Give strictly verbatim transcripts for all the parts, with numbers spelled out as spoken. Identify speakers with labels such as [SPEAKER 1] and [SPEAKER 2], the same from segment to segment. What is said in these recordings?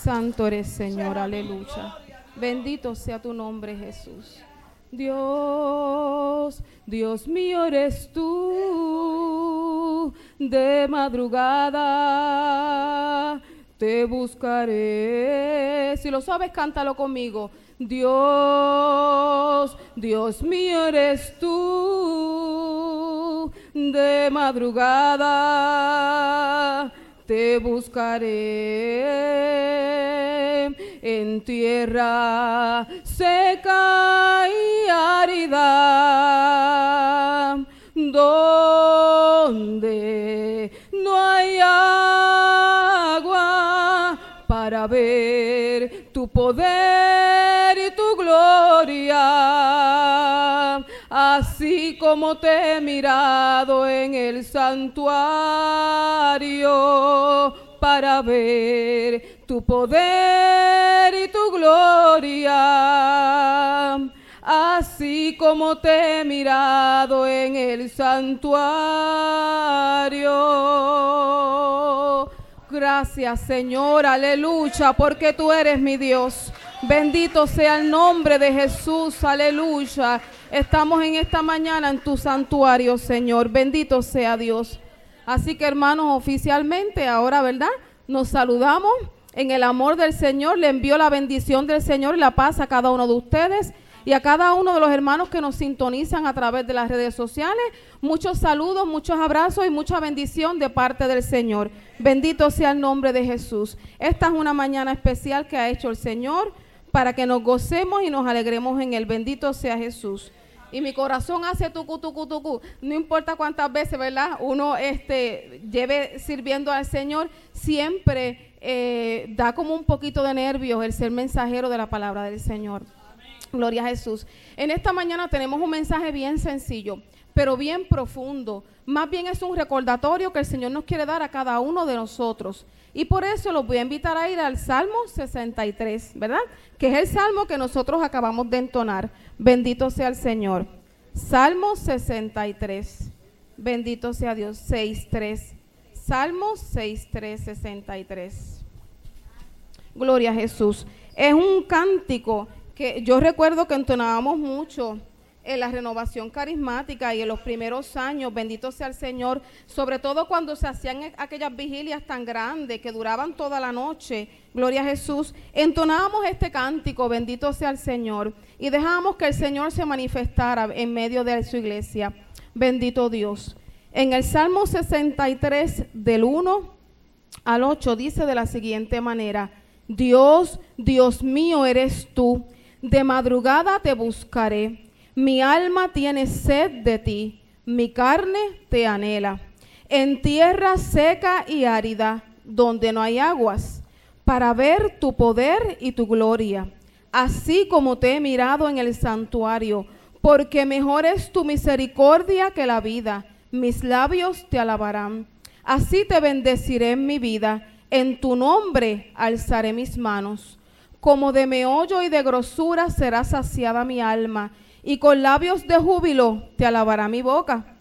[SPEAKER 1] Santo eres, Señor, aleluya. Bendito sea tu nombre, Jesús. Dios, Dios mío eres tú, de madrugada te buscaré. Si lo sabes, cántalo conmigo. Dios, Dios mío eres tú, de madrugada te buscaré en tierra seca y árida, donde no hay agua, para ver tu poder y tu gloria, así como te he mirado en el santuario, para ver tu poder y tu gloria, así como te he mirado en el santuario. Gracias, Señor, aleluya, porque tú eres mi Dios. Bendito sea el nombre de Jesús, aleluya. Estamos en esta mañana en tu santuario, Señor. Bendito sea Dios. Así que, hermanos, oficialmente ahora, ¿verdad? Nos saludamos en el amor del Señor. Le envío la bendición del Señor y la paz a cada uno de ustedes y a cada uno de los hermanos que nos sintonizan a través de las redes sociales. Muchos saludos, muchos abrazos y mucha bendición de parte del Señor. Bendito sea el nombre de Jesús. Esta es una mañana especial que ha hecho el Señor para que nos gocemos y nos alegremos en él. Bendito sea Jesús. Y mi corazón hace tucu, tucu, tucu. No importa cuántas veces, ¿verdad?, uno este, lleve sirviendo al Señor, siempre eh, da como un poquito de nervios el ser mensajero de la palabra del Señor. Gloria a Jesús. En esta mañana tenemos un mensaje bien sencillo, pero bien profundo. Más bien es un recordatorio que el Señor nos quiere dar a cada uno de nosotros. Y por eso los voy a invitar a ir al Salmo sesenta y tres, ¿verdad? Que es el salmo que nosotros acabamos de entonar. Bendito sea el Señor. Salmo sesenta y tres. Bendito sea Dios. seis tres. Salmo seis tres, sesenta y tres. Gloria a Jesús. Es un cántico que yo recuerdo que entonábamos mucho en la renovación carismática y en los primeros años. Bendito sea el Señor, sobre todo cuando se hacían aquellas vigilias tan grandes que duraban toda la noche. Gloria a Jesús. Entonábamos este cántico, bendito sea el Señor, y dejábamos que el Señor se manifestara en medio de su iglesia. Bendito Dios. En el Salmo sesenta y tres, del uno al ocho, dice de la siguiente manera: Dios, Dios mío eres tú, de madrugada te buscaré. Mi alma tiene sed de ti, mi carne te anhela, en tierra seca y árida, donde no hay aguas, para ver tu poder y tu gloria, así como te he mirado en el santuario, porque mejor es tu misericordia que la vida, mis labios te alabarán. Así te bendeciré en mi vida, en tu nombre alzaré mis manos. Como de meollo y de grosura será saciada mi alma, y con labios de júbilo te alabará mi boca.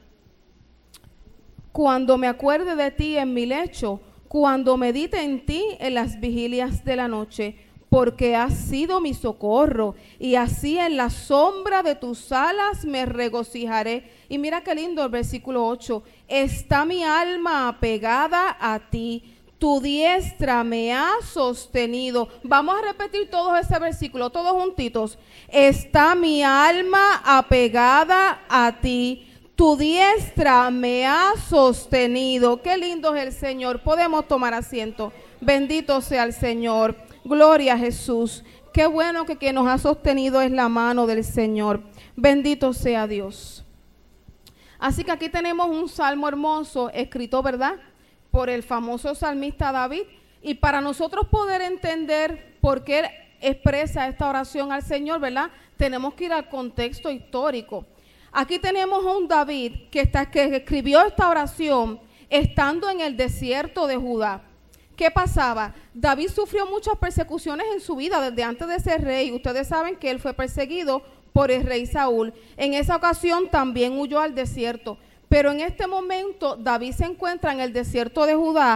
[SPEAKER 1] Cuando me acuerde de ti en mi lecho, cuando medite en ti en las vigilias de la noche, porque has sido mi socorro, y así en la sombra de tus alas me regocijaré. Y mira qué lindo el versículo ocho: está mi alma apegada a ti, tu diestra me ha sostenido. Vamos a repetir todos ese versículo, todos juntitos. Está mi alma apegada a ti, tu diestra me ha sostenido. Qué lindo es el Señor. Podemos tomar asiento. Bendito sea el Señor. Gloria a Jesús. Qué bueno que quien nos ha sostenido es la mano del Señor. Bendito sea Dios. Así que aquí tenemos un salmo hermoso escrito, ¿verdad?, por el famoso salmista David. Y para nosotros poder entender por qué expresa esta oración al Señor, ¿verdad?, tenemos que ir al contexto histórico. Aquí tenemos a un David que, está, que escribió esta oración estando en el desierto de Judá. ¿Qué pasaba? David sufrió muchas persecuciones en su vida desde antes de ser rey. Ustedes saben que él fue perseguido por el rey Saúl. En esa ocasión también huyó al desierto. Pero en este momento David se encuentra en el desierto de Judá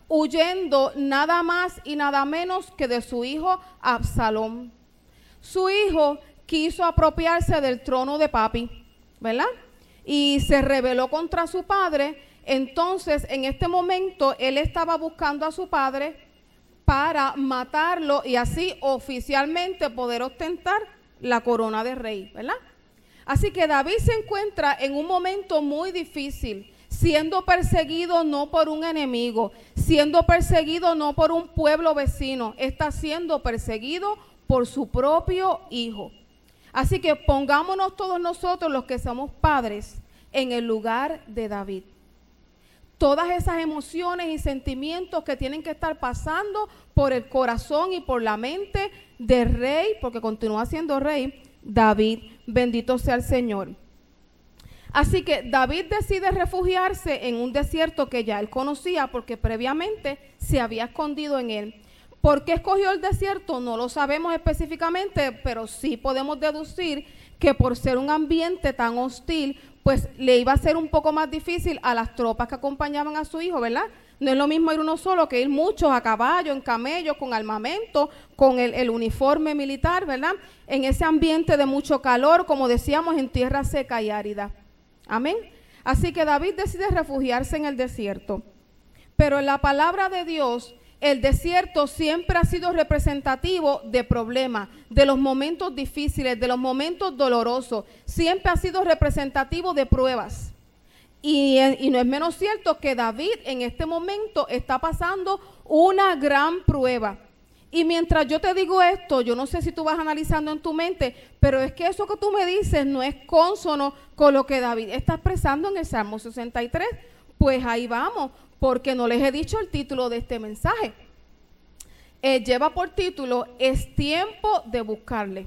[SPEAKER 1] huyendo nada más y nada menos que de su hijo Absalón. Su hijo quiso apropiarse del trono de papi, ¿verdad? Y se rebeló contra su padre. Entonces, en este momento, él estaba buscando a su padre para matarlo y así oficialmente poder ostentar la corona de rey, ¿verdad? Así que David se encuentra en un momento muy difícil, siendo perseguido no por un enemigo, siendo perseguido no por un pueblo vecino, está siendo perseguido por su propio hijo. Así que pongámonos todos nosotros, los que somos padres, en el lugar de David. Todas esas emociones y sentimientos que tienen que estar pasando por el corazón y por la mente del rey, porque continúa siendo rey, David, bendito sea el Señor. Así que David decide refugiarse en un desierto que ya él conocía, porque previamente se había escondido en él. ¿Por qué escogió el desierto? No lo sabemos específicamente, pero sí podemos deducir que por ser un ambiente tan hostil, pues le iba a ser un poco más difícil a las tropas que acompañaban a su hijo, ¿verdad? No es lo mismo ir uno solo que ir muchos a caballo, en camello, con armamento, con el, el uniforme militar, ¿verdad? En ese ambiente de mucho calor, como decíamos, en tierra seca y árida. Amén. Así que David decide refugiarse en el desierto. Pero en la palabra de Dios, el desierto siempre ha sido representativo de problemas, de los momentos difíciles, de los momentos dolorosos. Siempre ha sido representativo de pruebas. Y, y no es menos cierto que David en este momento está pasando una gran prueba. Y mientras yo te digo esto, yo no sé si tú vas analizando en tu mente, pero es que eso que tú me dices no es cónsono con lo que David está expresando en el Salmo sesenta y tres. Pues ahí vamos, porque no les he dicho el título de este mensaje. Eh, lleva por título, es tiempo de buscarle.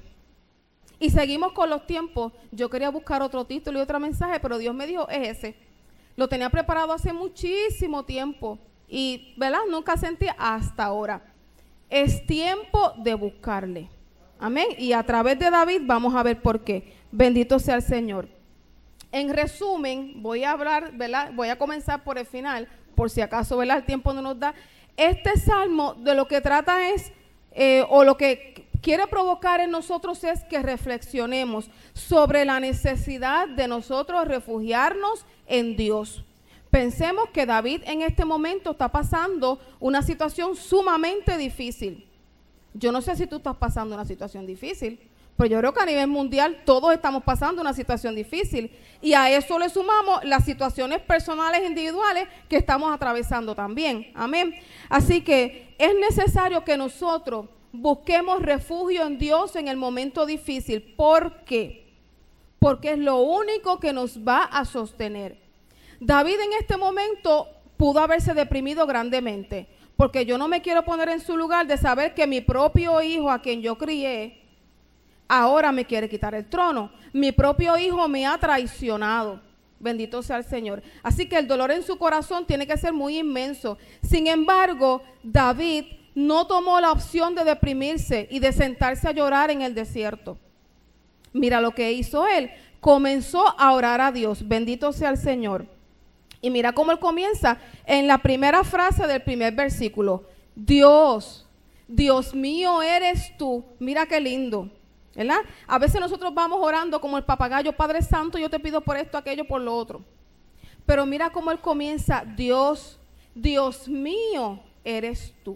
[SPEAKER 1] Y seguimos con los tiempos. Yo quería buscar otro título y otro mensaje, pero Dios me dijo, es ese. Lo tenía preparado hace muchísimo tiempo y, ¿verdad? Nunca sentí hasta ahora. Es tiempo de buscarle. Amén. Y a través de David vamos a ver por qué. Bendito sea el Señor. En resumen, voy a hablar, ¿verdad? Voy a comenzar por el final, por si acaso, ¿verdad? El tiempo no nos da. Este salmo de lo que trata es, eh, o lo que quiere provocar en nosotros es que reflexionemos sobre la necesidad de nosotros refugiarnos en Dios. Pensemos que David en este momento está pasando una situación sumamente difícil. Yo no sé si tú estás pasando una situación difícil, pero yo creo que a nivel mundial todos estamos pasando una situación difícil. Y a eso le sumamos las situaciones personales e individuales que estamos atravesando también. Amén. Así que es necesario que nosotros busquemos refugio en Dios en el momento difícil. ¿Por qué? Porque es lo único que nos va a sostener. David en este momento pudo haberse deprimido grandemente, porque yo no me quiero poner en su lugar de saber que mi propio hijo, a quien yo crié, ahora me quiere quitar el trono. Mi propio hijo me ha traicionado. Bendito sea el Señor. Así que el dolor en su corazón tiene que ser muy inmenso. Sin embargo, David no tomó la opción de deprimirse y de sentarse a llorar en el desierto. Mira lo que hizo él. Comenzó a orar a Dios. Bendito sea el Señor. Y mira cómo él comienza en la primera frase del primer versículo. Dios, Dios mío eres tú. Mira qué lindo, ¿verdad? A veces nosotros vamos orando como el papagayo, Padre Santo, yo te pido por esto, aquello, por lo otro. Pero mira cómo él comienza, Dios, Dios mío eres tú.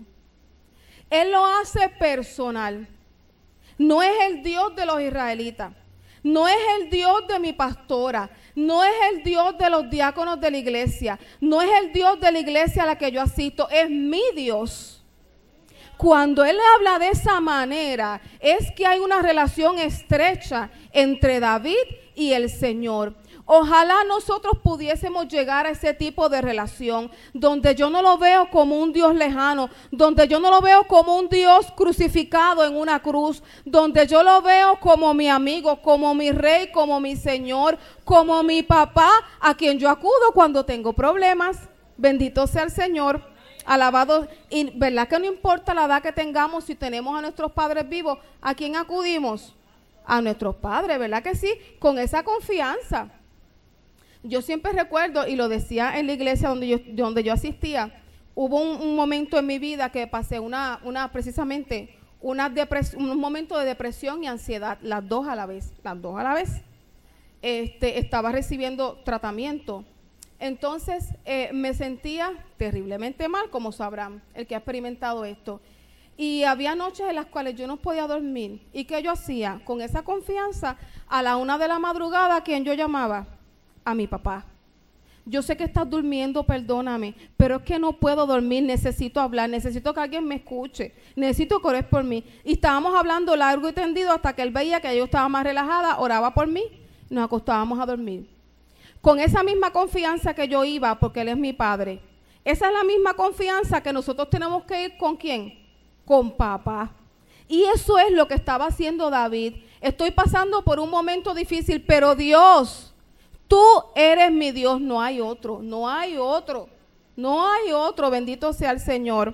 [SPEAKER 1] Él lo hace personal. No es el Dios de los israelitas. No es el Dios de mi pastora, no es el Dios de los diáconos de la iglesia, no es el Dios de la iglesia a la que yo asisto, es mi Dios. Cuando él habla de esa manera, es que hay una relación estrecha entre David y el Señor. Ojalá nosotros pudiésemos llegar a ese tipo de relación donde yo no lo veo como un Dios lejano, donde yo no lo veo como un Dios crucificado en una cruz, donde yo lo veo como mi amigo, como mi rey, como mi Señor, como mi papá, a quien yo acudo cuando tengo problemas. Bendito sea el Señor, alabado. Y verdad que no importa la edad que tengamos, si tenemos a nuestros padres vivos, ¿a quién acudimos? A nuestros padres, ¿verdad que sí? Con esa confianza. Yo siempre recuerdo, y lo decía en la iglesia donde yo, donde yo asistía, hubo un, un momento en mi vida que pasé una, una precisamente, una depres- un momento de depresión y ansiedad, las dos a la vez, las dos a la vez. Este, estaba recibiendo tratamiento. Entonces eh, me sentía terriblemente mal, como sabrán, el que ha experimentado esto. Y había noches en las cuales yo no podía dormir. ¿Y qué yo hacía? Con esa confianza, a la una de la madrugada, ¿a quién yo llamaba? A mi papá. Yo sé que estás durmiendo, perdóname, pero es que no puedo dormir, necesito hablar, necesito que alguien me escuche, necesito que ores por mí. Y estábamos hablando largo y tendido hasta que él veía que yo estaba más relajada, oraba por mí, nos acostábamos a dormir. Con esa misma confianza que yo iba, porque él es mi padre, esa es la misma confianza que nosotros tenemos que ir ¿con quién? Con papá. Y eso es lo que estaba haciendo David. Estoy pasando por un momento difícil, pero Dios, tú eres mi Dios, no hay otro, no hay otro, no hay otro, bendito sea el Señor.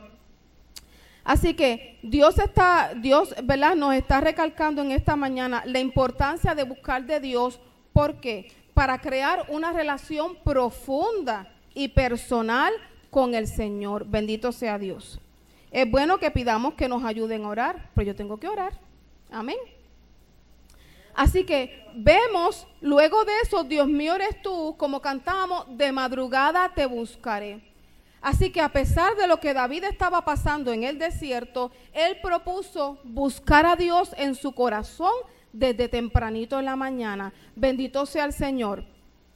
[SPEAKER 1] Así que Dios está, Dios, ¿verdad? Nos está recalcando en esta mañana la importancia de buscar de Dios. ¿Por qué? Para crear una relación profunda y personal con el Señor. Bendito sea Dios. Es bueno que pidamos que nos ayuden a orar, pero yo tengo que orar. Amén. Así que vemos, luego de eso, Dios mío eres tú, como cantamos, de madrugada te buscaré. Así que a pesar de lo que David estaba pasando en el desierto, él propuso buscar a Dios en su corazón desde tempranito en la mañana. Bendito sea el Señor.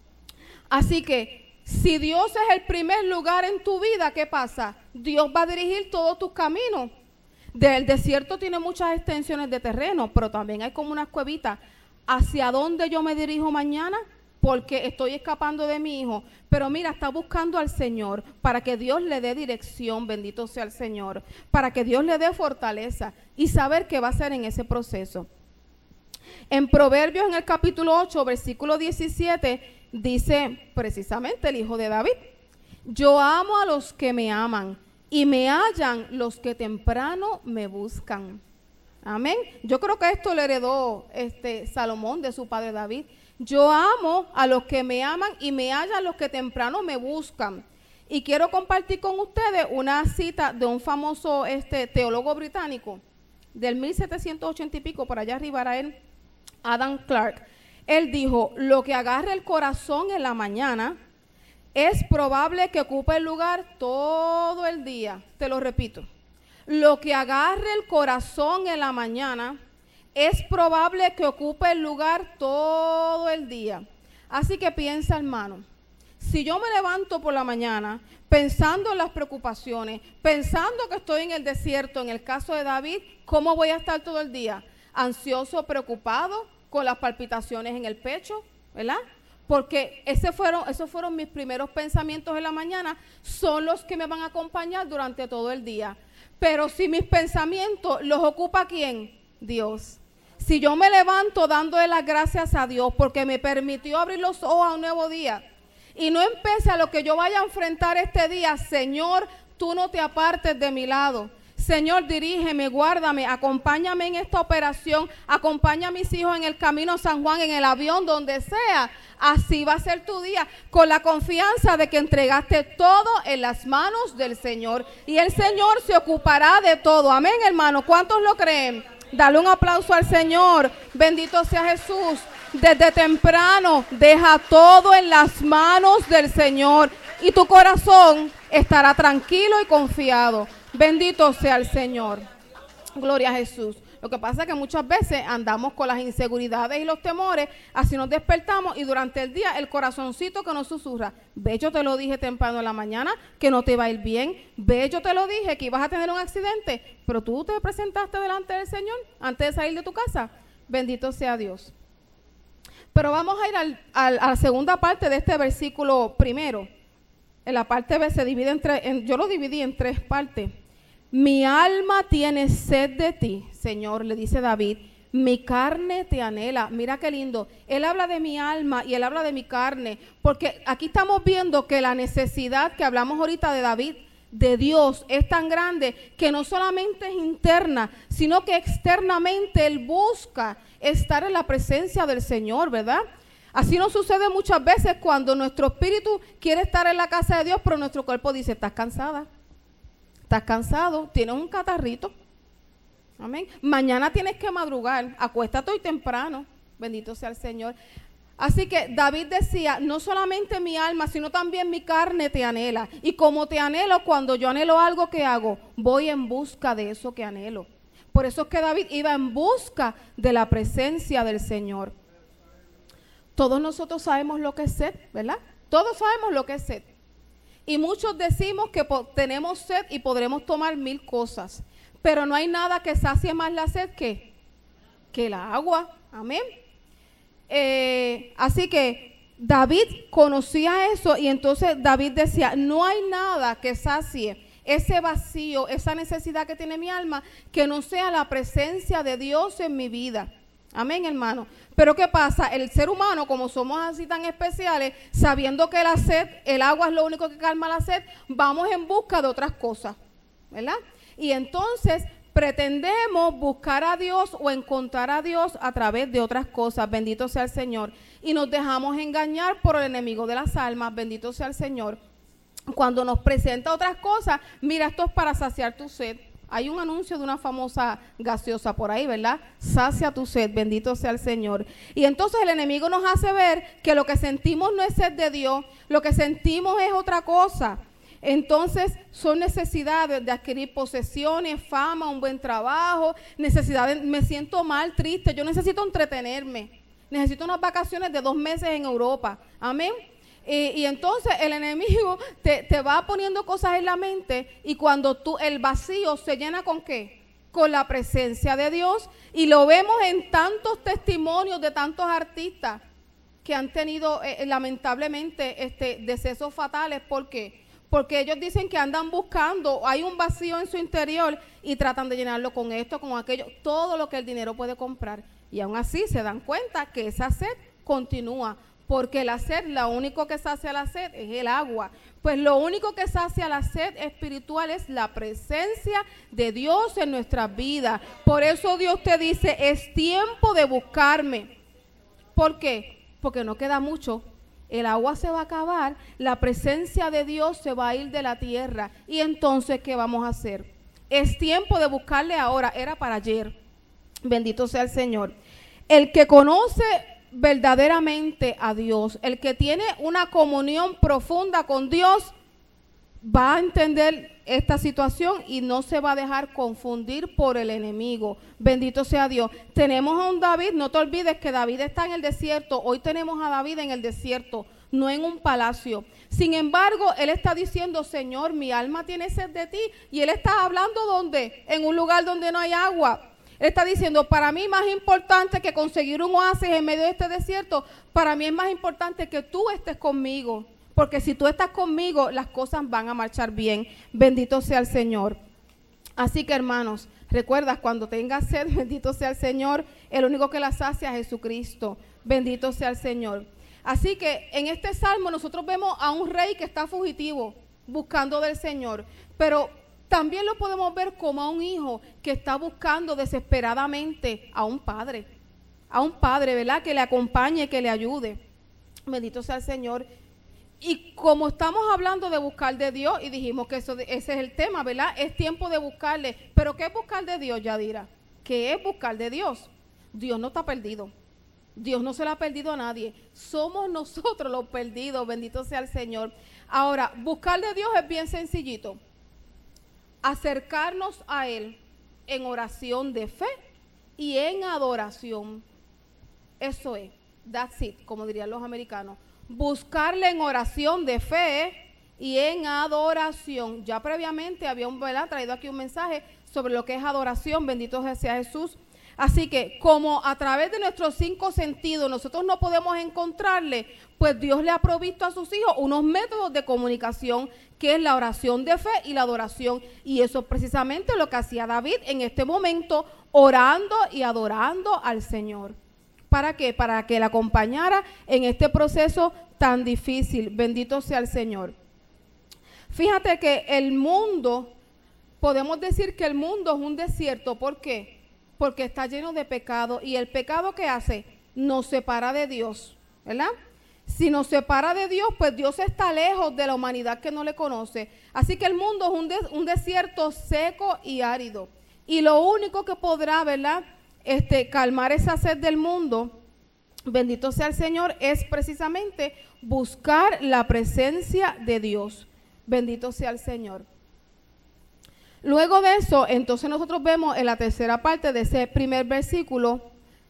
[SPEAKER 1] Así que si Dios es el primer lugar en tu vida, ¿qué pasa? Dios va a dirigir todos tus caminos. Del desierto tiene muchas extensiones de terreno, pero también hay como unas cuevitas. ¿Hacia dónde yo me dirijo mañana? Porque estoy escapando de mi hijo. Pero mira, está buscando al Señor para que Dios le dé dirección, bendito sea el Señor, para que Dios le dé fortaleza y saber qué va a hacer en ese proceso. En Proverbios, en el capítulo ocho, versículo diecisiete, dice precisamente el hijo de David: yo amo a los que me aman y me hallan los que temprano me buscan. Amén. Yo creo que esto le heredó este Salomón de su padre David. Yo amo a los que me aman y me hallan los que temprano me buscan. Y quiero compartir con ustedes una cita de un famoso este, teólogo británico del mil setecientos ochenta y pico, por allá arriba era él, Adam Clarke. Él dijo: lo que agarre el corazón en la mañana es probable que ocupe el lugar todo el día. Te lo repito. Lo que agarre el corazón en la mañana es probable que ocupe el lugar todo el día. Así que piensa, hermano, si yo me levanto por la mañana pensando en las preocupaciones, pensando que estoy en el desierto, en el caso de David, ¿cómo voy a estar todo el día? Ansioso, preocupado, con las palpitaciones en el pecho, ¿verdad? Porque ese fueron, esos fueron mis primeros pensamientos en la mañana, son los que me van a acompañar durante todo el día. Pero si mis pensamientos los ocupa ¿quién? Dios. Si yo me levanto dándole las gracias a Dios porque me permitió abrir los ojos a un nuevo día y no empecé a lo que yo vaya a enfrentar este día, Señor, tú no te apartes de mi lado. Señor, dirígeme, guárdame, acompáñame en esta operación, acompaña a mis hijos en el camino a San Juan, en el avión, donde sea. Así va a ser tu día, con la confianza de que entregaste todo en las manos del Señor. Y el Señor se ocupará de todo. Amén, hermano. ¿Cuántos lo creen? Dale un aplauso al Señor. Bendito sea Jesús. Desde temprano, deja todo en las manos del Señor y tu corazón estará tranquilo y confiado. Bendito sea el Señor. Gloria a Jesús. Lo que pasa es que muchas veces andamos con las inseguridades y los temores, así nos despertamos y durante el día el corazoncito que nos susurra: ve, yo te lo dije temprano en la mañana que no te iba a ir bien, ve, yo te lo dije que ibas a tener un accidente, pero tú te presentaste delante del Señor antes de salir de tu casa. Bendito sea Dios. Pero vamos a ir al, al, a la segunda parte de este versículo primero. En la parte B se divide en tres, en, yo lo dividí en tres partes. Mi alma tiene sed de ti, Señor, le dice David. Mi carne te anhela. Mira qué lindo. Él habla de mi alma y él habla de mi carne. Porque aquí estamos viendo que la necesidad que hablamos ahorita de David, de Dios, es tan grande que no solamente es interna, sino que externamente él busca estar en la presencia del Señor, ¿verdad? Así nos sucede muchas veces cuando nuestro espíritu quiere estar en la casa de Dios, pero nuestro cuerpo dice: estás cansada, estás cansado, tienes un catarrito. Amén. Mañana tienes que madrugar, acuéstate hoy temprano. Bendito sea el Señor. Así que David decía, no solamente mi alma, sino también mi carne te anhela. Y como te anhelo, cuando yo anhelo algo que hago, voy en busca de eso que anhelo. Por eso es que David iba en busca de la presencia del Señor. Todos nosotros sabemos lo que es sed, ¿verdad? Todos sabemos lo que es sed. Y muchos decimos que tenemos sed y podremos tomar mil cosas. Pero no hay nada que sacie más la sed que, que el agua. Amén. Eh, así que David conocía eso y entonces David decía, no hay nada que sacie ese vacío, esa necesidad que tiene mi alma, que no sea la presencia de Dios en mi vida. Amén, hermano. Pero ¿qué pasa? El ser humano, como somos así tan especiales, sabiendo que la sed, el agua es lo único que calma la sed, vamos en busca de otras cosas, ¿verdad? Y entonces pretendemos buscar a Dios o encontrar a Dios a través de otras cosas, bendito sea el Señor, y nos dejamos engañar por el enemigo de las almas, bendito sea el Señor. Cuando nos presenta otras cosas, mira, esto es para saciar tu sed. Hay un anuncio de una famosa gaseosa por ahí, ¿verdad? Sacia tu sed, bendito sea el Señor. Y entonces el enemigo nos hace ver que lo que sentimos no es sed de Dios, lo que sentimos es otra cosa. Entonces son necesidades de adquirir posesiones, fama, un buen trabajo, necesidades, me siento mal, triste, yo necesito entretenerme, necesito unas vacaciones de dos meses en Europa, amén. Y, y entonces el enemigo te, te va poniendo cosas en la mente y cuando tú, el vacío se llena ¿con qué? Con la presencia de Dios y lo vemos en tantos testimonios de tantos artistas que han tenido eh, lamentablemente este, decesos fatales, ¿por qué? Porque ellos dicen que andan buscando, hay un vacío en su interior y tratan de llenarlo con esto, con aquello, todo lo que el dinero puede comprar. Y aún así se dan cuenta que esa sed continúa, porque la sed, lo único que sacia la sed es el agua. Pues lo único que sacia la sed espiritual es la presencia de Dios en nuestras vidas. Por eso Dios te dice, es tiempo de buscarme. ¿Por qué? Porque no queda mucho. El agua se va a acabar, la presencia de Dios se va a ir de la tierra. Y entonces, ¿qué vamos a hacer? Es tiempo de buscarle ahora, era para ayer. Bendito sea el Señor. El que conoce verdaderamente a Dios, el que tiene una comunión profunda con Dios, va a entender esta situación y no se va a dejar confundir por el enemigo. Bendito sea Dios. Tenemos a un David, no te olvides que David está en el desierto. Hoy tenemos a David en el desierto, no en un palacio. Sin embargo, él está diciendo, Señor, mi alma tiene sed de ti. Y él está hablando ¿dónde? En un lugar donde no hay agua. Él está diciendo, para mí más importante que conseguir un oasis en medio de este desierto, para mí es más importante que tú estés conmigo. Porque si tú estás conmigo, las cosas van a marchar bien. Bendito sea el Señor. Así que, hermanos, recuerda, cuando tengas sed, bendito sea el Señor. El único que la sacia es Jesucristo. Bendito sea el Señor. Así que en este salmo nosotros vemos a un rey que está fugitivo, buscando del Señor. Pero también lo podemos ver como a un hijo que está buscando desesperadamente a un padre. A un padre, ¿verdad? Que le acompañe, que le ayude. Bendito sea el Señor. Y como estamos hablando de buscar de Dios, y dijimos que eso, ese es el tema, ¿verdad? Es tiempo de buscarle. ¿Pero qué es buscar de Dios, Yadira? ¿Qué es buscar de Dios? Dios no está perdido. Dios no se lo ha perdido a nadie. Somos nosotros los perdidos, bendito sea el Señor. Ahora, buscar de Dios es bien sencillito. Acercarnos a Él en oración de fe y en adoración. Eso es, that's it, como dirían los americanos. Buscarle en oración de fe y en adoración. Ya previamente había un, ¿verdad? traído aquí un mensaje sobre lo que es adoración, bendito sea Jesús. Así que como a través de nuestros cinco sentidos nosotros no podemos encontrarle, pues Dios le ha provisto a sus hijos unos métodos de comunicación, que es la oración de fe y la adoración. Y eso es precisamente lo que hacía David en este momento, orando y adorando al Señor. ¿Para qué? Para que le acompañara en este proceso tan difícil. Bendito sea el Señor. Fíjate que el mundo, podemos decir que el mundo es un desierto. ¿Por qué? Porque está lleno de pecado. Y el pecado, ¿qué hace? Nos separa de Dios, ¿verdad? Si nos separa de Dios, pues Dios está lejos de la humanidad que no le conoce. Así que el mundo es un, des- un desierto seco y árido. Y lo único que podrá, ¿verdad?, este, calmar esa sed del mundo, bendito sea el Señor, es precisamente buscar la presencia de Dios. Bendito sea el Señor. Luego de eso, entonces nosotros vemos en la tercera parte de ese primer versículo,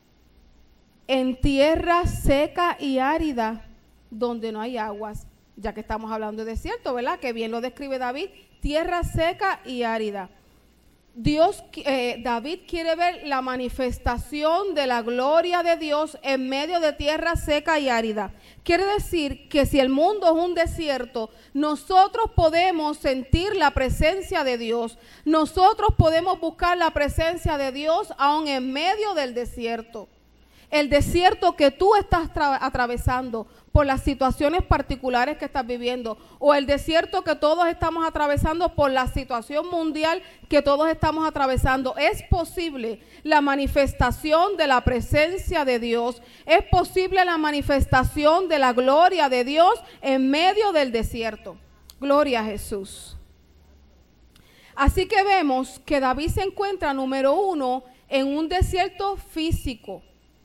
[SPEAKER 1] en tierra seca y árida, donde no hay aguas, ya que estamos hablando de desierto, ¿verdad? Que bien lo describe David, tierra seca y árida. Dios, eh, David quiere ver la manifestación de la gloria de Dios en medio de tierra seca y árida. Quiere decir que si el mundo es un desierto, nosotros podemos sentir la presencia de Dios. Nosotros podemos buscar la presencia de Dios aún en medio del desierto. El desierto que tú estás atravesando por las situaciones particulares que estás viviendo, o el desierto que todos estamos atravesando por la situación mundial que todos estamos atravesando, es posible la manifestación de la presencia de Dios, es posible la manifestación de la gloria de Dios en medio del desierto. Gloria a Jesús. Así que vemos que David se encuentra, número uno, en un desierto físico.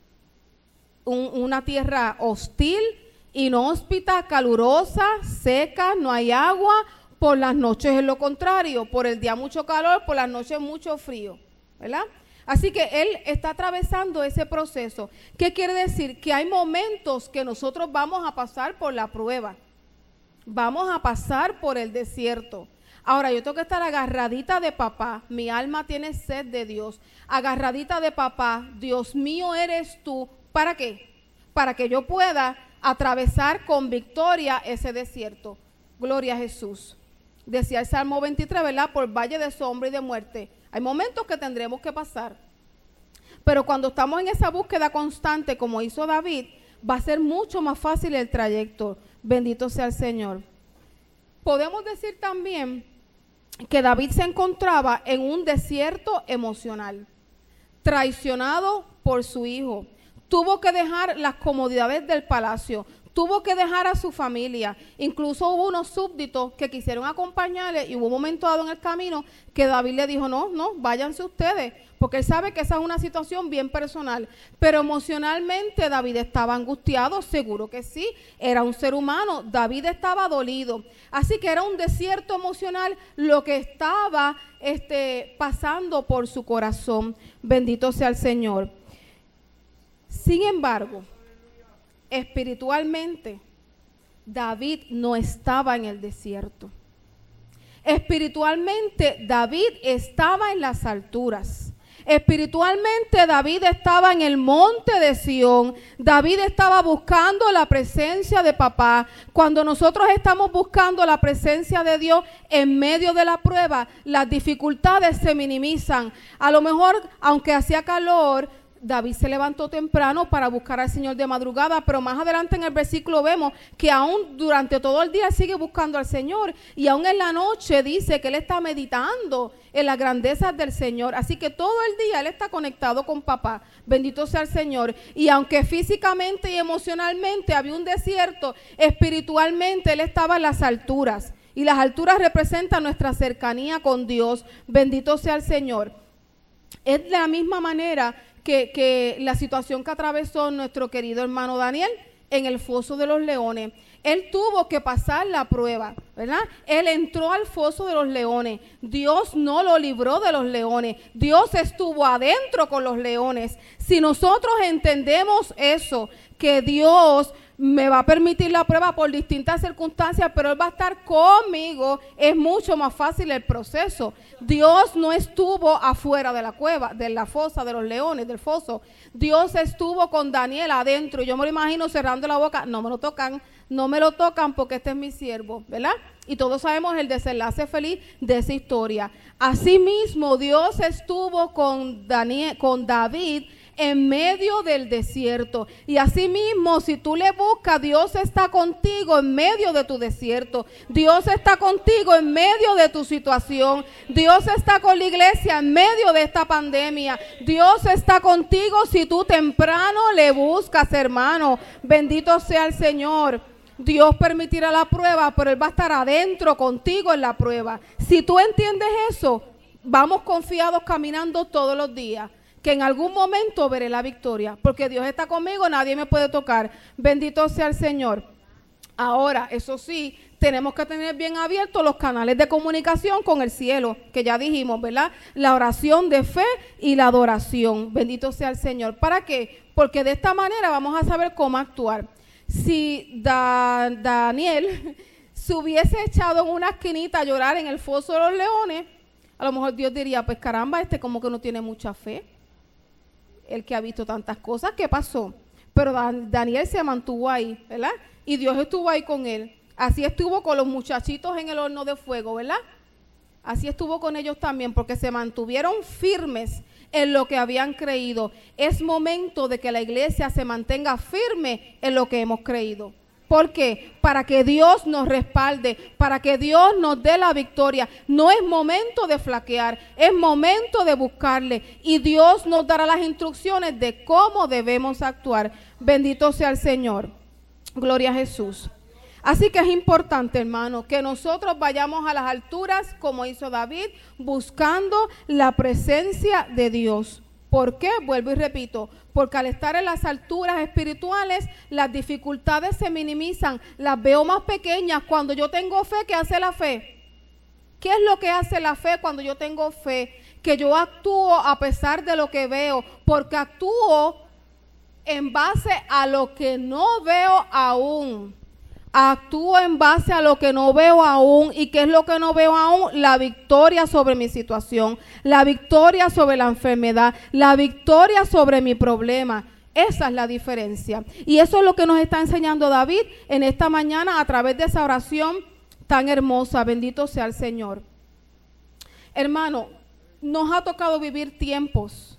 [SPEAKER 1] Un, una tierra hostil, inhóspita, calurosa, seca, no hay agua, por las noches es lo contrario, por el día mucho calor, por las noches mucho frío, ¿verdad? Así que él está atravesando ese proceso. ¿Qué quiere decir? Que hay momentos que nosotros vamos a pasar por la prueba, vamos a pasar por el desierto. Ahora yo tengo que estar agarradita de papá, mi alma tiene sed de Dios, agarradita de papá, Dios mío eres tú. ¿Para qué? Para que yo pueda atravesar con victoria ese desierto. Gloria a Jesús. Decía el Salmo veintitrés, ¿verdad? Por valle de sombra y de muerte. Hay momentos que tendremos que pasar. Pero cuando estamos en esa búsqueda constante, como hizo David, va a ser mucho más fácil el trayecto. Bendito sea el Señor. Podemos decir también que David se encontraba en un desierto emocional, traicionado por su hijo. Tuvo que dejar las comodidades del palacio, tuvo que dejar a su familia. Incluso hubo unos súbditos que quisieron acompañarle y hubo un momento dado en el camino que David le dijo, no, no, váyanse ustedes, porque él sabe que esa es una situación bien personal. Pero emocionalmente David estaba angustiado, seguro que sí, era un ser humano, David estaba dolido. Así que era un desierto emocional lo que estaba este, pasando por su corazón. Bendito sea el Señor. Sin embargo, espiritualmente, David no estaba en el desierto. Espiritualmente, David estaba en las alturas. Espiritualmente, David estaba en el monte de Sión. David estaba buscando la presencia de papá. Cuando nosotros estamos buscando la presencia de Dios en medio de la prueba, las dificultades se minimizan. A lo mejor, aunque hacía calor, David se levantó temprano para buscar al Señor de madrugada, pero más adelante en el versículo vemos que aún durante todo el día sigue buscando al Señor, y aún en la noche dice que él está meditando en las grandezas del Señor. Así que todo el día él está conectado con papá. Bendito sea el Señor. Y aunque físicamente y emocionalmente había un desierto, espiritualmente él estaba en las alturas, y las alturas representan nuestra cercanía con Dios. Bendito sea el Señor. Es de la misma manera Que, que la situación que atravesó nuestro querido hermano Daniel en el foso de los leones. Él tuvo que pasar la prueba, ¿verdad? Él entró al foso de los leones. Dios no lo libró de los leones. Dios estuvo adentro con los leones. Si nosotros entendemos eso, que Dios me va a permitir la prueba por distintas circunstancias, pero Él va a estar conmigo, es mucho más fácil el proceso. Dios no estuvo afuera de la cueva, de la fosa de los leones, del foso. Dios estuvo con Daniel adentro. Yo me lo imagino cerrando la boca, no me lo tocan, no me lo tocan porque este es mi siervo, ¿verdad? Y todos sabemos el desenlace feliz de esa historia. Asimismo, Dios estuvo con Daniel, con David en medio del desierto. Y asimismo, si tú le buscas, Dios está contigo en medio de tu desierto. Dios está contigo en medio de tu situación. Dios está con la iglesia en medio de esta pandemia. Dios está contigo si tú temprano le buscas, hermano. Bendito sea el Señor. Dios permitirá la prueba, pero Él va a estar adentro contigo en la prueba. Si tú entiendes eso, vamos confiados caminando todos los días, que en algún momento veré la victoria, porque Dios está conmigo, nadie me puede tocar. Bendito sea el Señor. Ahora, eso sí, tenemos que tener bien abiertos los canales de comunicación con el cielo, que ya dijimos, ¿verdad? La oración de fe y la adoración. Bendito sea el Señor. ¿Para qué? Porque de esta manera vamos a saber cómo actuar. Si da, Daniel se hubiese echado en una esquinita a llorar en el foso de los leones, a lo mejor Dios diría, pues caramba, este como que no tiene mucha fe. El que ha visto tantas cosas, ¿qué pasó? Pero Dan, Daniel se mantuvo ahí, ¿verdad? Y Dios estuvo ahí con él. Así estuvo con los muchachitos en el horno de fuego, ¿verdad? Así estuvo con ellos también, porque se mantuvieron firmes en lo que habían creído. Es momento de que la iglesia se mantenga firme en lo que hemos creído. ¿Por qué? Para que Dios nos respalde, para que Dios nos dé la victoria. No es momento de flaquear, es momento de buscarle. Y Dios nos dará las instrucciones de cómo debemos actuar. Bendito sea el Señor. Gloria a Jesús. Así que es importante, hermano, que nosotros vayamos a las alturas como hizo David, buscando la presencia de Dios. ¿Por qué? Vuelvo y repito, porque al estar en las alturas espirituales, las dificultades se minimizan, las veo más pequeñas. Cuando yo tengo fe, ¿qué hace la fe? ¿Qué es lo que hace la fe cuando yo tengo fe? Que yo actúo a pesar de lo que veo, porque actúo en base a lo que no veo aún. Actúo en base a lo que no veo aún. ¿Y qué es lo que no veo aún? La victoria sobre mi situación, la victoria sobre la enfermedad, la victoria sobre mi problema. Esa es la diferencia. Y eso es lo que nos está enseñando David en esta mañana a través de esa oración tan hermosa. Bendito sea el Señor. Hermano, nos ha tocado vivir tiempos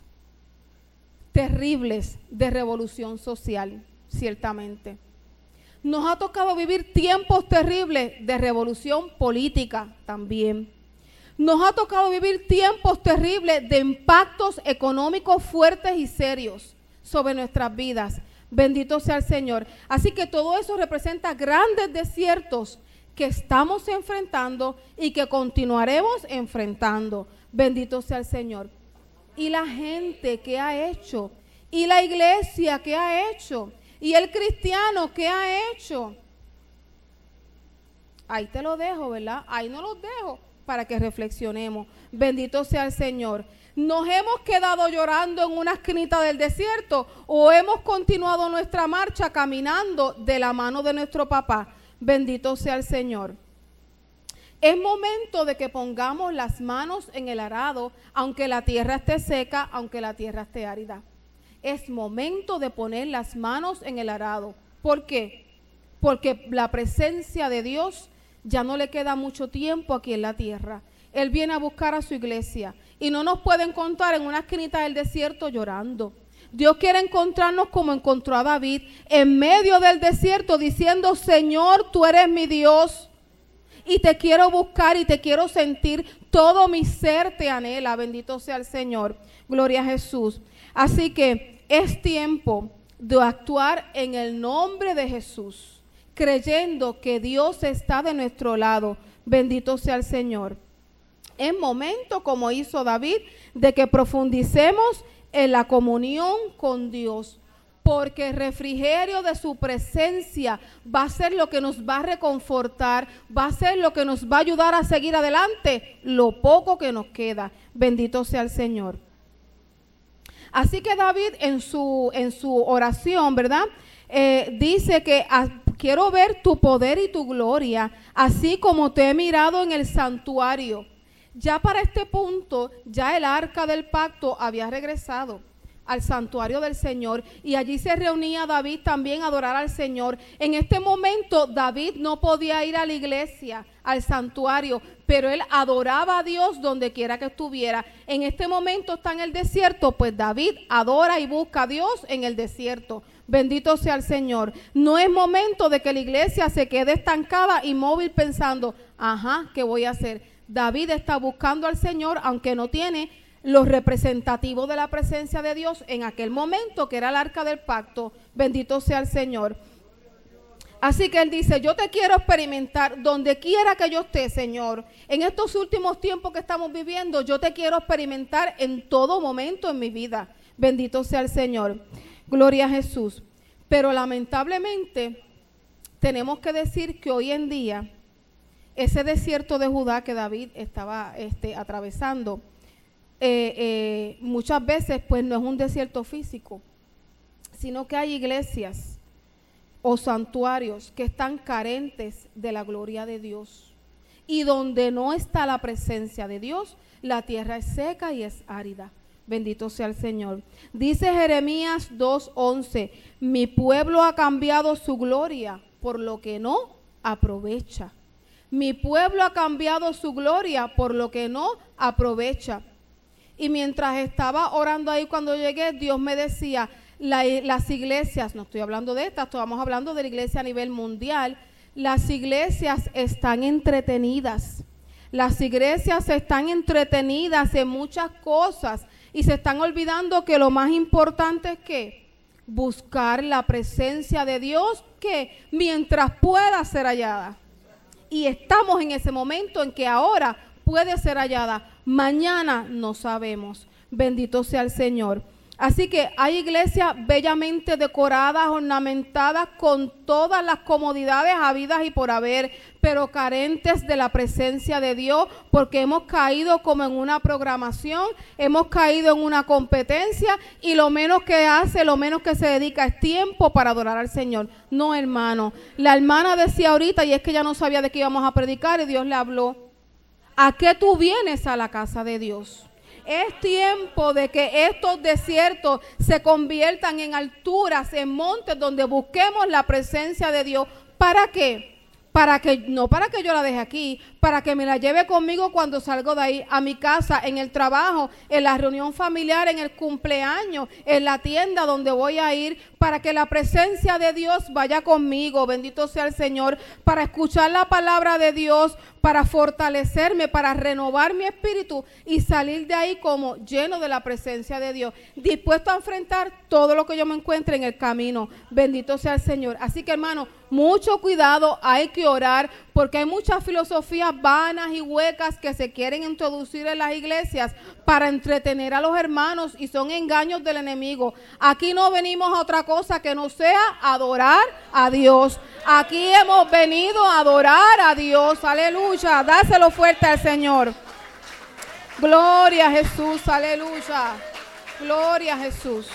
[SPEAKER 1] terribles de revolución social, ciertamente. Nos ha tocado vivir tiempos terribles de revolución política también. Nos ha tocado vivir tiempos terribles de impactos económicos fuertes y serios sobre nuestras vidas. Bendito sea el Señor. Así que todo eso representa grandes desiertos que estamos enfrentando y que continuaremos enfrentando. Bendito sea el Señor. Y la gente que ha hecho, y la iglesia que ha hecho, y el cristiano, ¿qué ha hecho? Ahí te lo dejo, ¿verdad? Ahí no los dejo para que reflexionemos. Bendito sea el Señor. ¿Nos hemos quedado llorando en una esquinita del desierto o hemos continuado nuestra marcha caminando de la mano de nuestro papá? Bendito sea el Señor. Es momento de que pongamos las manos en el arado, aunque la tierra esté seca, aunque la tierra esté árida. Es momento de poner las manos en el arado. ¿Por qué? Porque la presencia de Dios ya no le queda mucho tiempo aquí en la tierra. Él viene a buscar a su iglesia y no nos puede encontrar en una esquinita del desierto llorando. Dios quiere encontrarnos como encontró a David, en medio del desierto, diciendo, Señor, tú eres mi Dios y te quiero buscar y te quiero sentir. Todo mi ser te anhela. Bendito sea el Señor. Gloria a Jesús. Así que es tiempo de actuar en el nombre de Jesús, creyendo que Dios está de nuestro lado. Bendito sea el Señor. Es momento, como hizo David, de que profundicemos en la comunión con Dios, porque el refrigerio de su presencia va a ser lo que nos va a reconfortar, va a ser lo que nos va a ayudar a seguir adelante lo poco que nos queda. Bendito sea el Señor. Así que David en su, en su oración, ¿verdad? Eh, dice que a, quiero ver tu poder y tu gloria, así como te he mirado en el santuario. Ya para este punto, ya el arca del pacto había regresado. al santuario del Señor, y allí se reunía David también a adorar al Señor. En este momento David no podía ir a la iglesia, al santuario, pero él adoraba a Dios donde quiera que estuviera. En este momento está en el desierto, pues David adora y busca a Dios en el desierto. Bendito sea el Señor. No es momento de que la iglesia se quede estancada, inmóvil, pensando, ajá, ¿qué voy a hacer? David está buscando al Señor, aunque no tiene los representativos de la presencia de Dios en aquel momento, que era el arca del pacto. Bendito sea el Señor. Así que él dice, yo te quiero experimentar donde quiera que yo esté, Señor. En estos últimos tiempos que estamos viviendo, yo te quiero experimentar en todo momento en mi vida. Bendito sea el Señor. Gloria a Jesús. Pero lamentablemente tenemos que decir que hoy en día ese desierto de Judá que David estaba este, atravesando, eh, eh, muchas veces pues no es un desierto físico, sino que hay iglesias o santuarios que están carentes de la gloria de Dios. Y donde no está la presencia de Dios, la tierra es seca y es árida. Bendito sea el Señor. Dice Jeremías dos once, mi pueblo ha cambiado su gloria por lo que no aprovecha. Mi pueblo ha cambiado su gloria por lo que no aprovecha. Y mientras estaba orando ahí cuando llegué, Dios me decía, la, las iglesias, no estoy hablando de estas, estamos hablando de la iglesia a nivel mundial, las iglesias están entretenidas. Las iglesias están entretenidas en muchas cosas y se están olvidando que lo más importante es que buscar la presencia de Dios, que mientras pueda ser hallada. Y estamos en ese momento en que ahora puede ser hallada, mañana no sabemos. Bendito sea el Señor. Así que hay iglesias bellamente decoradas, ornamentadas con todas las comodidades habidas y por haber, pero carentes de la presencia de Dios, porque hemos caído como en una programación, hemos caído en una competencia y lo menos que hace, lo menos que se dedica es tiempo para adorar al Señor. No, hermano. La hermana decía ahorita, y es que ella no sabía de qué íbamos a predicar, y Dios le habló, ¿a qué tú vienes a la casa de Dios? Es tiempo de que estos desiertos se conviertan en alturas, en montes donde busquemos la presencia de Dios. ¿Para qué? Para que, no para que yo la deje aquí, para que me la lleve conmigo cuando salgo de ahí, a mi casa, en el trabajo, en la reunión familiar, en el cumpleaños, en la tienda donde voy a ir, para que la presencia de Dios vaya conmigo, bendito sea el Señor, para escuchar la palabra de Dios, para fortalecerme, para renovar mi espíritu y salir de ahí como lleno de la presencia de Dios, dispuesto a enfrentar todo lo que yo me encuentre en el camino, bendito sea el Señor. Así que, hermano, mucho cuidado, hay que orar, porque hay muchas filosofías vanas y huecas que se quieren introducir en las iglesias para entretener a los hermanos y son engaños del enemigo. Aquí no venimos a otra cosa que no sea adorar a Dios. Aquí hemos venido a adorar a Dios. Aleluya. Dáselo fuerte al Señor. Gloria a Jesús. Aleluya. Gloria a Jesús.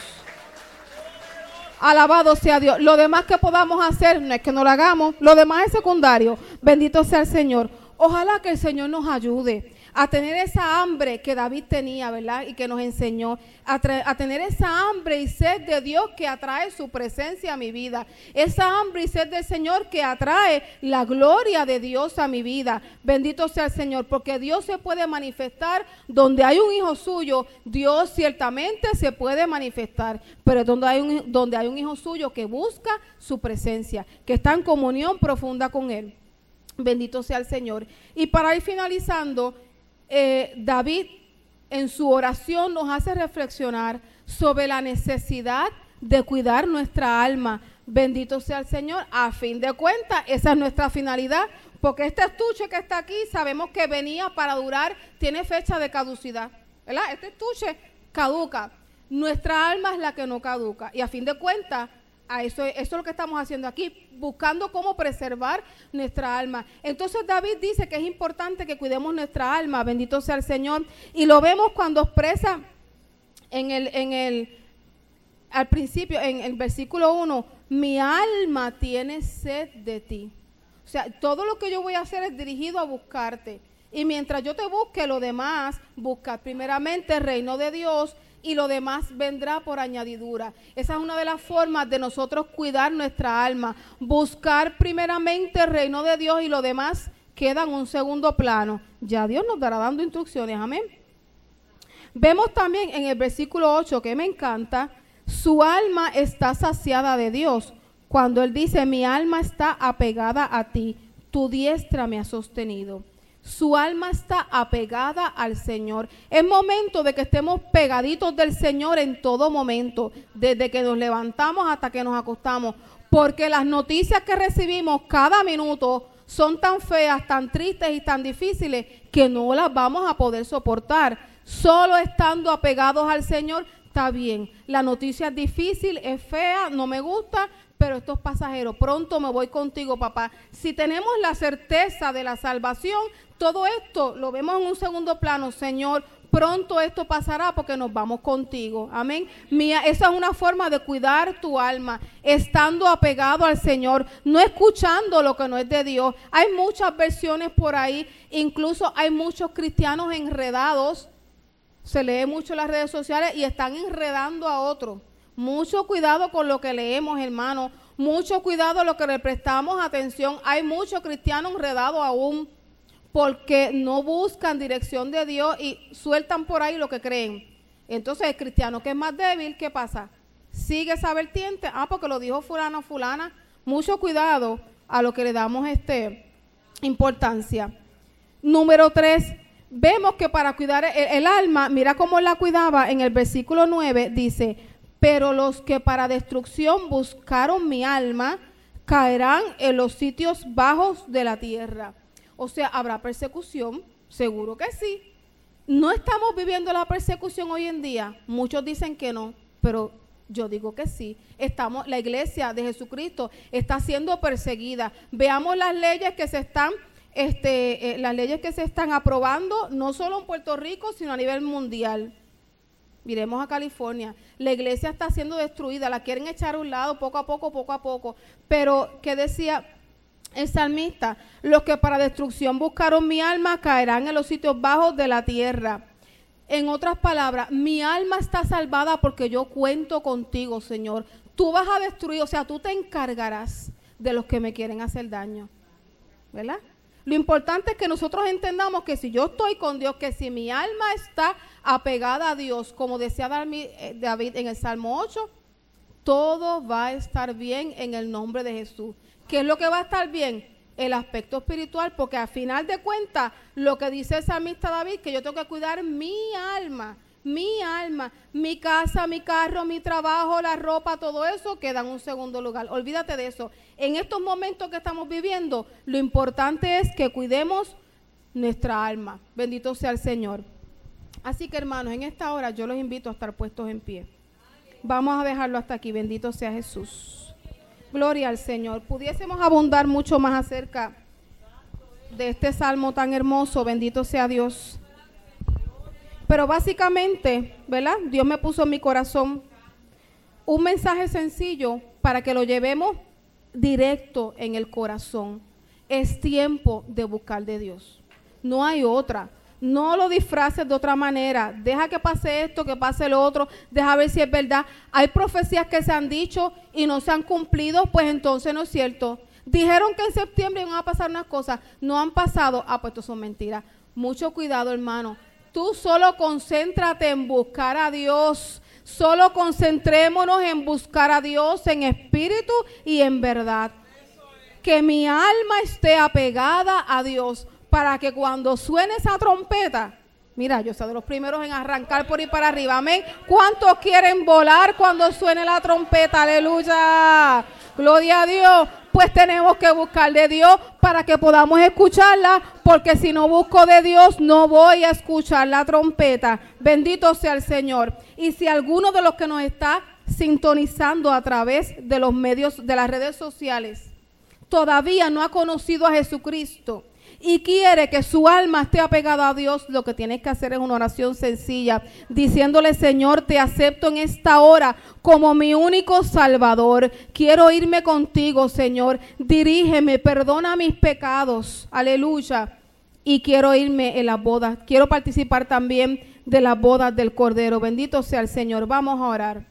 [SPEAKER 1] Alabado sea Dios. Lo demás que podamos hacer, no es que no lo hagamos, lo demás es secundario. Bendito sea el Señor. Ojalá que el Señor nos ayude a tener esa hambre que David tenía, ¿verdad? Y que nos enseñó, a, a tener esa hambre y sed de Dios que atrae su presencia a mi vida. Esa hambre y sed del Señor que atrae la gloria de Dios a mi vida. Bendito sea el Señor, porque Dios se puede manifestar donde hay un hijo suyo. Dios ciertamente se puede manifestar, pero donde hay un, donde hay un hijo suyo que busca su presencia, que está en comunión profunda con Él. Bendito sea el Señor. Y para ir finalizando, eh, David en su oración nos hace reflexionar sobre la necesidad de cuidar nuestra alma. Bendito sea el Señor. A fin de cuentas, esa es nuestra finalidad, porque este estuche que está aquí, sabemos que venía para durar, tiene fecha de caducidad, ¿verdad? Este estuche caduca. Nuestra alma es la que no caduca. Y a fin de cuentas, a eso, eso es lo que estamos haciendo aquí, buscando cómo preservar nuestra alma. Entonces David dice que es importante que cuidemos nuestra alma, bendito sea el Señor, y lo vemos cuando expresa en el, en el, al principio, en el versículo uno, mi alma tiene sed de ti. O sea, todo lo que yo voy a hacer es dirigido a buscarte. Y mientras yo te busque, lo demás, busca primeramente el reino de Dios y lo demás vendrá por añadidura. Esa es una de las formas de nosotros cuidar nuestra alma, buscar primeramente el reino de Dios y lo demás queda en un segundo plano. Ya Dios nos dará dando instrucciones, amén. Vemos también en el versículo ocho, que me encanta, su alma está saciada de Dios, cuando Él dice, mi alma está apegada a ti, tu diestra me ha sostenido. Su alma está apegada al Señor. Es momento de que estemos pegaditos del Señor en todo momento, desde que nos levantamos hasta que nos acostamos, porque las noticias que recibimos cada minuto son tan feas, tan tristes y tan difíciles que no las vamos a poder soportar. Solo estando apegados al Señor está bien. La noticia es difícil, es fea, no me gusta, pero esto es pasajero. Pronto me voy contigo, papá. Si tenemos la certeza de la salvación, todo esto lo vemos en un segundo plano. Señor, pronto esto pasará porque nos vamos contigo. Amén. Mía, esa es una forma de cuidar tu alma, estando apegado al Señor, no escuchando lo que no es de Dios. Hay muchas versiones por ahí, incluso hay muchos cristianos enredados. Se lee mucho en las redes sociales y están enredando a otros. Mucho cuidado con lo que leemos, hermano. Mucho cuidado a lo que le prestamos atención. Hay muchos cristianos enredados aún porque no buscan dirección de Dios y sueltan por ahí lo que creen. Entonces el cristiano que es más débil, ¿qué pasa? Sigue esa vertiente. Ah, porque lo dijo fulano, fulana. Mucho cuidado a lo que le damos este, importancia. Número tres. Vemos que para cuidar el, el alma, mira cómo la cuidaba en el versículo nueve, dice, pero los que para destrucción buscaron mi alma, caerán en los sitios bajos de la tierra. O sea, ¿habrá persecución? Seguro que sí. ¿No estamos viviendo la persecución hoy en día? Muchos dicen que no, pero yo digo que sí. Estamos, la iglesia de Jesucristo está siendo perseguida. Veamos las leyes que se están Este, eh, las leyes que se están aprobando, no solo en Puerto Rico, sino a nivel mundial. Miremos a California, la iglesia está siendo destruida, la quieren echar a un lado poco a poco, poco a poco. Pero, ¿qué decía el salmista? Los que para destrucción buscaron mi alma, caerán en los sitios bajos de la tierra. En otras palabras, mi alma está salvada porque yo cuento contigo, Señor. Tú vas a destruir, o sea, tú te encargarás de los que me quieren hacer daño, ¿verdad? Lo importante es que nosotros entendamos que si yo estoy con Dios, que si mi alma está apegada a Dios, como decía David en el Salmo ocho, todo va a estar bien en el nombre de Jesús. ¿Qué es lo que va a estar bien? El aspecto espiritual, porque al final de cuentas, lo que dice el salmista David, que yo tengo que cuidar mi alma, mi alma, mi casa, mi carro, mi trabajo, la ropa, todo eso queda en un segundo lugar. Olvídate de eso. En estos momentos que estamos viviendo, lo importante es que cuidemos nuestra alma. Bendito sea el Señor. Así que, hermanos, en esta hora yo los invito a estar puestos en pie. Vamos a dejarlo hasta aquí. Bendito sea Jesús. Gloria al Señor. Pudiésemos abundar mucho más acerca de este salmo tan hermoso. Bendito sea Dios. Pero básicamente, ¿verdad? Dios me puso en mi corazón un mensaje sencillo para que lo llevemos directo en el corazón. Es tiempo de buscar de Dios. No hay otra. No lo disfraces de otra manera. Deja que pase esto, que pase lo otro. Deja ver si es verdad. Hay profecías que se han dicho y no se han cumplido, pues entonces no es cierto. Dijeron que en septiembre iban a pasar unas cosas. No han pasado. Ah, pues esto son mentiras. Mucho cuidado, hermano. Tú solo concéntrate en buscar a Dios. Solo concentrémonos en buscar a Dios en espíritu y en verdad. Que mi alma esté apegada a Dios para que cuando suene esa trompeta, mira, yo soy de los primeros en arrancar por ir para arriba. Amén. ¿Cuántos quieren volar cuando suene la trompeta? Aleluya. Gloria a Dios. Pues tenemos que buscar de Dios para que podamos escucharla, porque si no busco de Dios no voy a escuchar la trompeta. Bendito sea el Señor. Y si alguno de los que nos está sintonizando a través de los medios de las redes sociales todavía no ha conocido a Jesucristo y quiere que su alma esté apegada a Dios, lo que tienes que hacer es una oración sencilla, diciéndole: Señor, te acepto en esta hora como mi único Salvador. Quiero irme contigo, Señor. Dirígeme, perdona mis pecados. Aleluya. Y quiero irme en la boda. Quiero participar también de las bodas del Cordero. Bendito sea el Señor. Vamos a orar.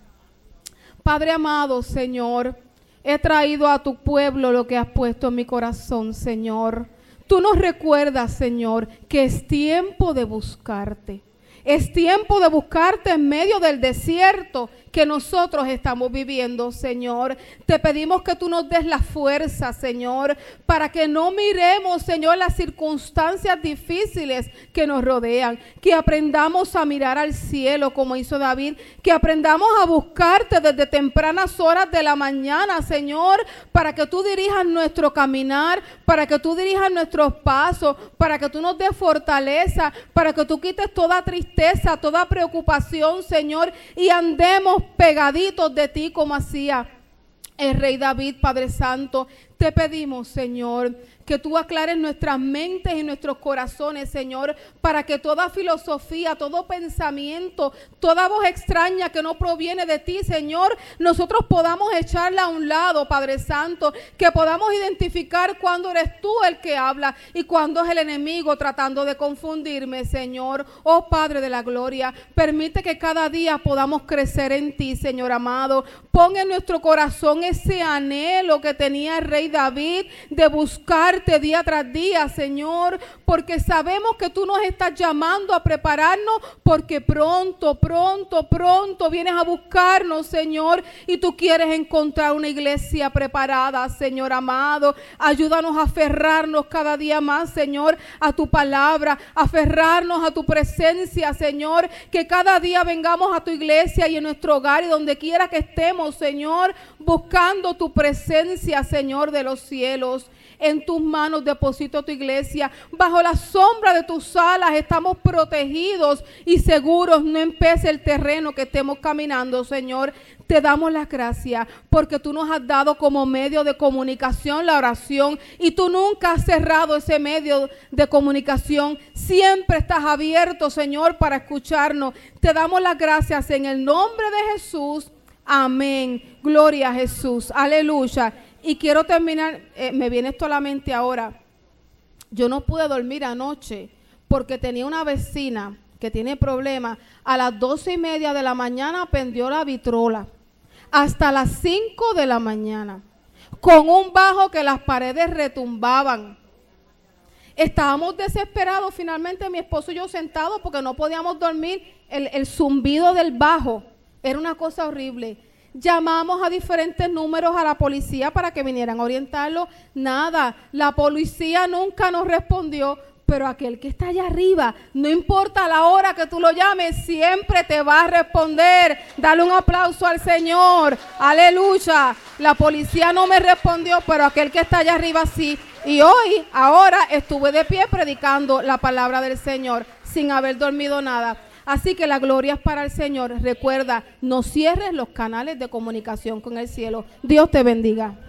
[SPEAKER 1] Padre amado, Señor, he traído a tu pueblo lo que has puesto en mi corazón, Señor. Tú nos recuerdas, Señor, que es tiempo de buscarte. Es tiempo de buscarte en medio del desierto que nosotros estamos viviendo, Señor. Te pedimos que tú nos des la fuerza, Señor, para que no miremos, Señor, las circunstancias difíciles que nos rodean. Que aprendamos a mirar al cielo como hizo David. Que aprendamos a buscarte desde tempranas horas de la mañana, Señor, para que tú dirijas nuestro caminar, para que tú dirijas nuestros pasos, para que tú nos des fortaleza, para que tú quites toda tristeza, toda preocupación, Señor, y andemos pegaditos de ti como hacía el rey David, Padre Santo. Te pedimos, Señor, que tú aclares nuestras mentes y nuestros corazones, Señor, para que toda filosofía, todo pensamiento, toda voz extraña que no proviene de ti, Señor, nosotros podamos echarla a un lado, Padre Santo, que podamos identificar cuándo eres tú el que habla y cuándo es el enemigo tratando de confundirme, Señor. Oh Padre de la gloria, permite que cada día podamos crecer en ti, Señor amado. Pon en nuestro corazón ese anhelo que tenía el rey David de buscar día tras día, Señor, porque sabemos que tú nos estás llamando a prepararnos, porque pronto, pronto, pronto vienes a buscarnos, Señor, y tú quieres encontrar una iglesia preparada, Señor amado. Ayúdanos a aferrarnos cada día más, Señor, a tu palabra, a aferrarnos a tu presencia, Señor, que cada día vengamos a tu iglesia y en nuestro hogar y donde quiera que estemos, Señor, buscando tu presencia, Señor de los cielos. En tus manos deposito tu iglesia. Bajo la sombra de tus alas estamos protegidos y seguros. No empece el terreno que estemos caminando, Señor. Te damos las gracias porque tú nos has dado como medio de comunicación la oración y tú nunca has cerrado ese medio de comunicación. Siempre estás abierto, Señor, para escucharnos. Te damos las gracias en el nombre de Jesús. Amén. Gloria a Jesús. Aleluya. Y quiero terminar, eh, me viene esto a la mente ahora. Yo no pude dormir anoche porque tenía una vecina que tiene problemas. A las doce y media de la mañana prendió la vitrola. Hasta las cinco de la mañana. Con un bajo que las paredes retumbaban. Estábamos desesperados, finalmente mi esposo y yo sentados porque no podíamos dormir. El, el zumbido del bajo era una cosa horrible. Llamamos a diferentes números a la policía para que vinieran a orientarlo. Nada, la policía nunca nos respondió, pero aquel que está allá arriba, no importa la hora que tú lo llames, siempre te va a responder. Dale un aplauso al Señor. Aleluya. La policía no me respondió, pero aquel que está allá arriba sí. Y hoy, ahora, estuve de pie predicando la palabra del Señor sin haber dormido nada. Así que la gloria es para el Señor. Recuerda, no cierres los canales de comunicación con el cielo. Dios te bendiga.